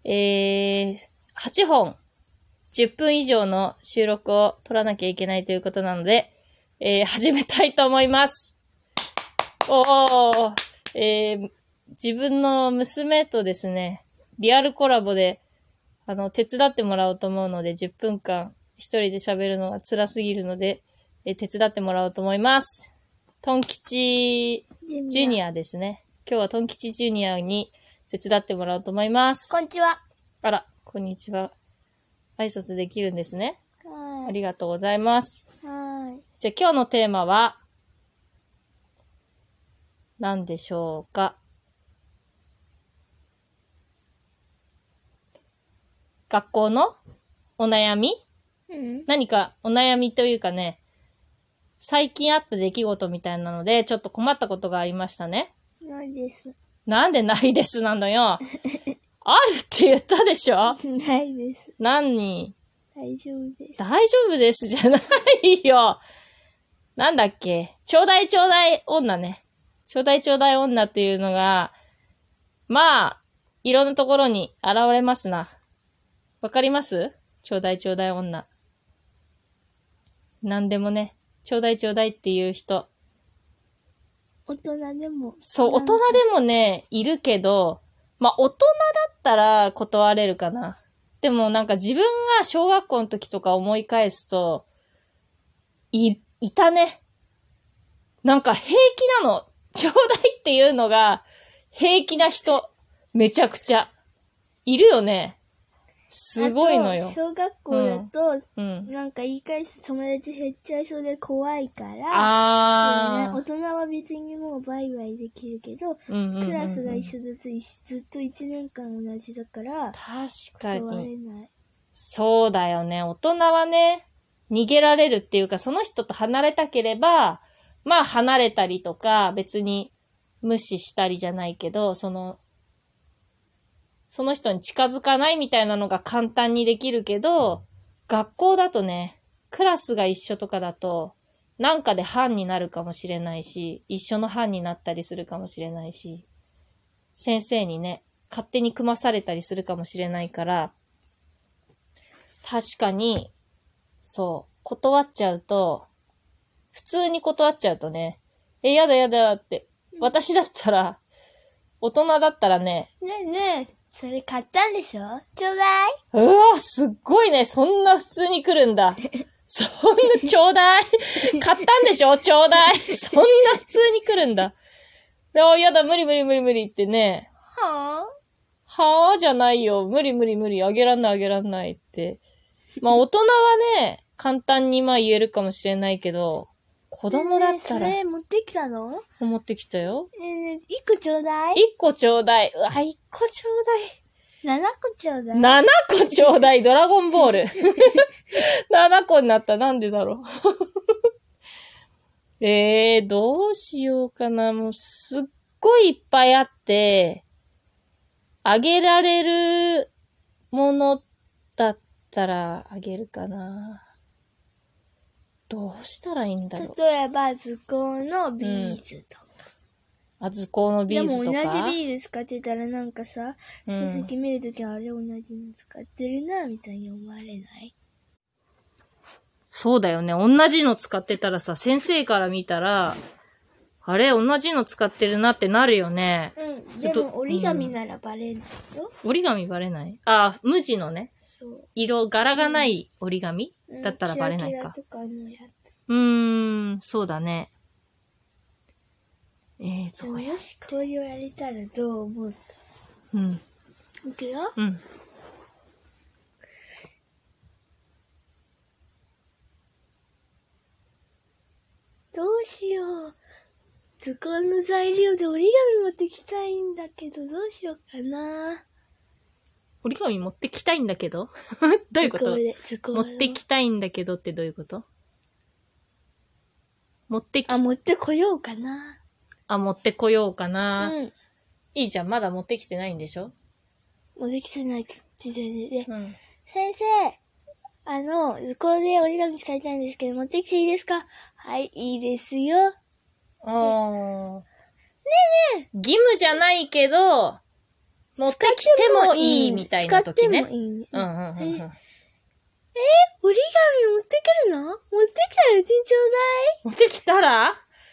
8本、10分以上の収録を取らなきゃいけないということなので、始めたいと思います。自分の娘とですね、リアルコラボで、手伝ってもらおうと思うので、10分間一人で喋るのが辛すぎるので、手伝ってもらおうと思います。トン吉ジュニアですね。今日はトン吉ジュニアに手伝ってもらおうと思います。 こんにちは。 あら、こんにちは。挨拶できるんですね。 はい。 ありがとうございます。 はい。 じゃあ今日のテーマは、何でしょうか。学校のお悩み？何かお悩みというかね、最近あった出来事みたいなので、ちょっと困ったことがありましたね。 ないです。 なんでないですなのよ。あるって言ったでしょ？ ないです。 何？ 大丈夫です。 大丈夫ですじゃないよ。なんだっけ？ちょうだいちょうだい女ね。ちょうだいちょうだい女っていうのが、まあ、いろんなところに現れますな。わかります？ちょうだいちょうだい女。なんでもね、ちょうだいちょうだいっていう人。 大人でも。 そう、大人でもね、いるけど、まあ大人だったら断れるかな。でもなんか自分が小学校の時とか思い返すと、いたね。なんか平気なの。ちょうだいっていうのが平気な人。めちゃくちゃ。いるよね。すごいのよ。 小学校だと、 うん。 なんか言い返す友達減っちゃいそうで怖いから、大人は別にもうバイバイできるけど、クラスが一緒ずっと1年間同じだから、 確か断れない。 そうだよね。大人はね、逃げられるっていうか、その人と離れたければ、まあ離れたりとか、別に無視したりじゃないけど、その人に近づかないみたいなのが簡単にできるけど、学校だとね、クラスが一緒とかだと、なんかで班になるかもしれないし、一緒の班になったりするかもしれないし、先生にね、勝手に組まされたりするかもしれないから、確かに、そう、断っちゃうと、普通に断っちゃうとね、やだやだって、私だったら、大人だったらね、 ねえ、それ買ったんでしょ？ちょうだい？ うわ、すっごいね、そんな普通に来るんだ。そんなちょうだい買ったんでしょ？ちょうだいそんな普通に来るんだ。やだ、無理ってね。 はぁじゃないよ。無理。あげらんないって。まあ大人はね、簡単にまあ言えるかもしれないけど、子供だったら。 それ持ってきたの？ 持ってきたよ。 1個ちょうだい？ 1個ちょうだい。1個ちょうだい。7個ちょうだい。 7個ちょうだい。ドラゴンボール。7個になった。なんでだろう。どうしようかな。もうすっごいいっぱいあって、あげられるものだったらあげるかな。どうしたらいいんだろう。 例えば、図工のビーズとか。 図工のビーズとか。 でも同じビーズ使ってたらなんかさ、成績見るときあれ同じの使ってるな、みたいに思われない？ そうだよね。同じの使ってたらさ、先生から見たら、あれ同じの使ってるなってなるよね。 でも折り紙ならバレないよ。 折り紙バレない？無地のね。そう。柄がない折り紙、だったらバレないか。 キラキラとかのやつ。 そうだね。 もしこう言われたらどう思うか。いくよ。どうしよう。図工の材料で折り紙持ってきたいんだけど、どうしようかな。 折り紙持ってきたいんだけどどういうこと？持ってきたいんだけどってどういうこと？持ってこようかな。 持ってこようかな。いいじゃん。まだ持ってきてないんでしょ？ 持ってきてない時点で。先生、図工で折り紙使いたいんですけど、持ってきていいですか？はい、いいですよ。 ねえねえ。義務じゃないけど、 持ってきてもいいみたいな時ね。 使ってもいい。 うんうんうんうん。 折り紙持ってくるの？持ってきたらうちにちょう持ってきたら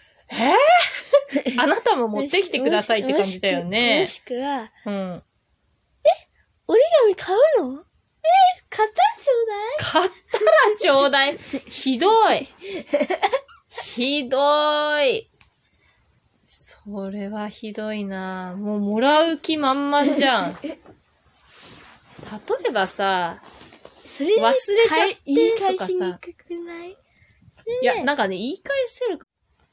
あなたも持ってきてくださいって感じだよね。 もしくは、 うん。 折り紙買うの？買ったらちょうだい？ 買ったらちょうだい。ひどい。ひどい。それはひどいな。もうもらう気満々じゃん。例えばさ、 それで忘れちゃってとかさ。 言い返しにくくない？ いや、なんかね、言い返せる。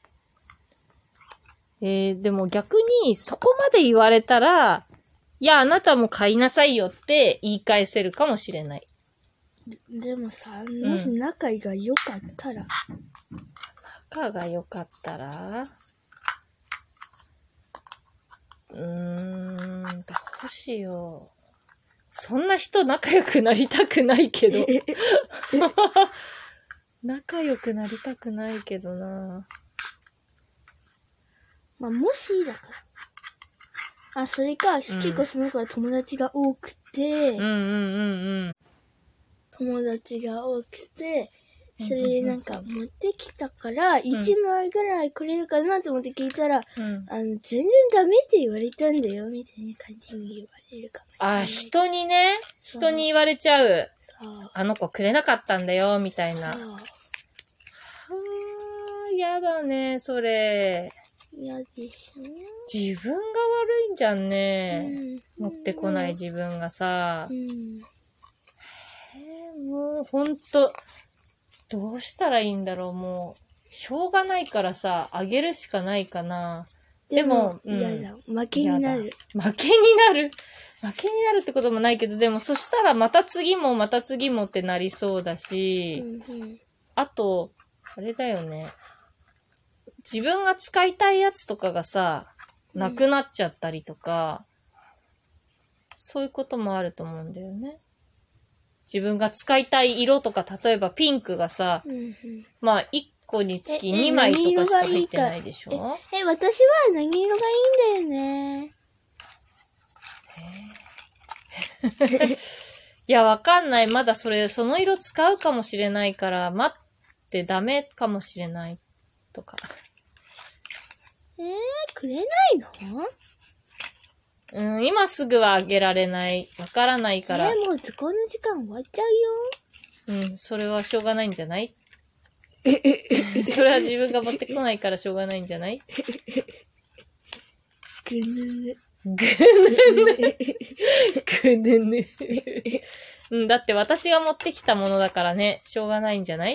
でも逆にそこまで言われたら、いや、あなたも買いなさいよって言い返せるかもしれない。 でもさ、もし仲が良かったら。 仲が良かったらどうしよう。そんな人仲良くなりたくないけど。仲良くなりたくないけどな。 まあ、もしだから。それか、結構その子は友達が多くて、友達が多くて、それでなんか持ってきたから、1枚ぐらいくれるかなと思って聞いたら、全然ダメって言われたんだよ、みたいな感じに言われるかもしれない。 人にね、人に言われちゃう。あの子くれなかったんだよ、みたいな。やだね、それ。 嫌でしょ。 自分が悪いんじゃんね。持ってこない自分がさ。もうほんと、どうしたらいいんだろう、もう。しょうがないからさ、あげるしかないかな。でも、 嫌だ。負けになる。 負けになるってこともないけど、でもそしたらまた次もってなりそうだし、あと、あれだよね。自分が使いたいやつとかがさ、なくなっちゃったりとか、そういうこともあると思うんだよね。自分が使いたい色とか、例えばピンクがさ、まあ1個につき2枚とかしか入ってないでしょ？ 私は何色がいいんだよね。 いや、わかんない。まだその色使うかもしれないから、待ってダメかもしれないとか。 くれないの？ 今すぐはあげられない。わからないから。 もう図工の時間終わっちゃうよ。それはしょうがないんじゃない？それは自分が持ってこないからしょうがないんじゃない？ ぐぬぬ。 ぐぬぬ。だって私が持ってきたものだからね、しょうがないんじゃない？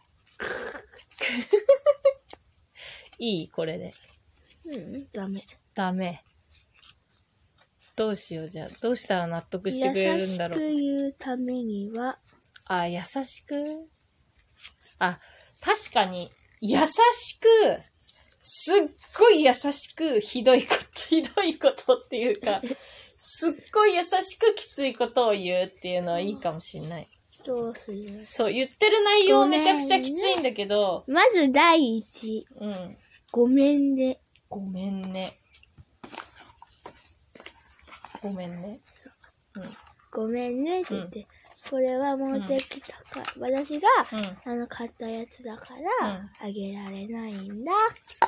いい？これで。 ダメ。 ダメ。どうしよう、じゃあ。どうしたら納得してくれるんだろう。 優しく言うためには。 優しく？確かに、優しく、すっごい優しく、ひどいことっていうか、すっごい優しくきついことを言うっていうのはいいかもしれない。 どうする？ そう、言ってる内容めちゃくちゃきついんだけど。 まず第一。ごめんね。 ごめんね。ごめんね。 ごめんねって言って、これは持ってきたから、私が、買ったやつだから、あげられないんだ。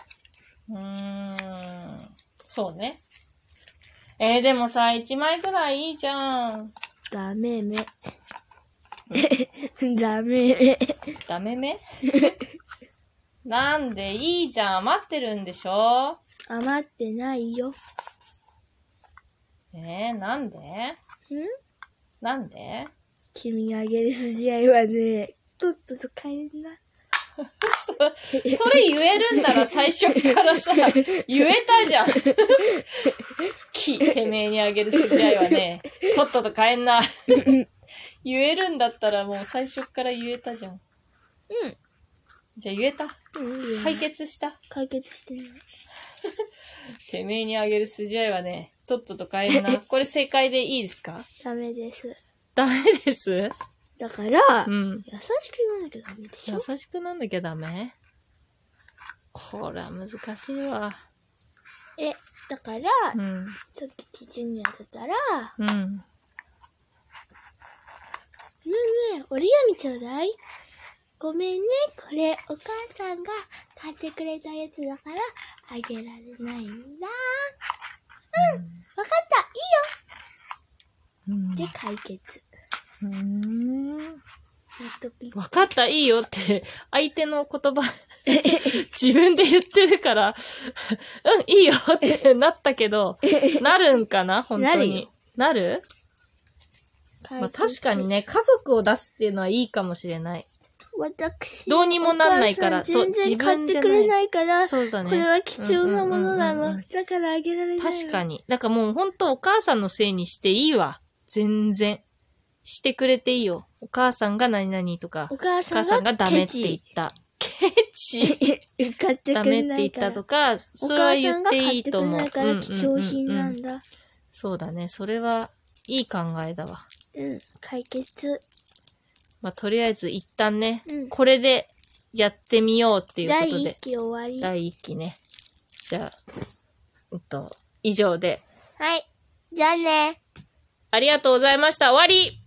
そうね。でもさ、1枚くらいいいじゃん。 ダメめ。ダメめ。 ダメめ？なんでいいじゃん。余ってるんでしょ？ 余ってないよ。 なんで？なんで？ 君があげる筋合いはね、とっとと帰んな。 それ言えるんなら最初からさ、言えたじゃん。てめえにあげる筋合いはね、とっとと帰んな。言えるんだったらもう最初から言えたじゃん。じゃあ言えた？解決した？ 解決してない。 てめえにあげる筋合いはね、とっとと帰んな。これ正解でいいですか？ ダメです。 ダメです？ だから、優しくなんなきゃダメでしょ？ 優しくなんなきゃダメ？これは難しいわ。 だから、さっきジュニアだったら、ねえ、折り紙ちょうだい。ごめんね、これお母さんが買ってくれたやつだからあげられないんだ。わかった、いいよ。で、解決。 わかった、いいよって、相手の言葉、自分で言ってるから、いいよってなったけど、なるんかな本当に。なる？まあ確かにね、家族を出すっていうのはいいかもしれない。どうにもなんないから、 そう、自分じゃない。買ってくれないから、 そうだね。 これは貴重なものなの。だからあげられない。 確かに。だからもう本当お母さんのせいにしていいわ。全然。してくれていいよ。お母さんが何々とか、 お母さんがダメって言った。ケチダメって言ったとか、それは言っていいと思う。 お母さんが買ってくれないから貴重品なんだ。 そうだね。それはいい考えだわ。 解決。 まあ、とりあえず一旦ね、これでやってみようっていうことで。 第1期終わり。 第1期ね。じゃあ、以上で。 はい。じゃあね。 ありがとうございました。終わり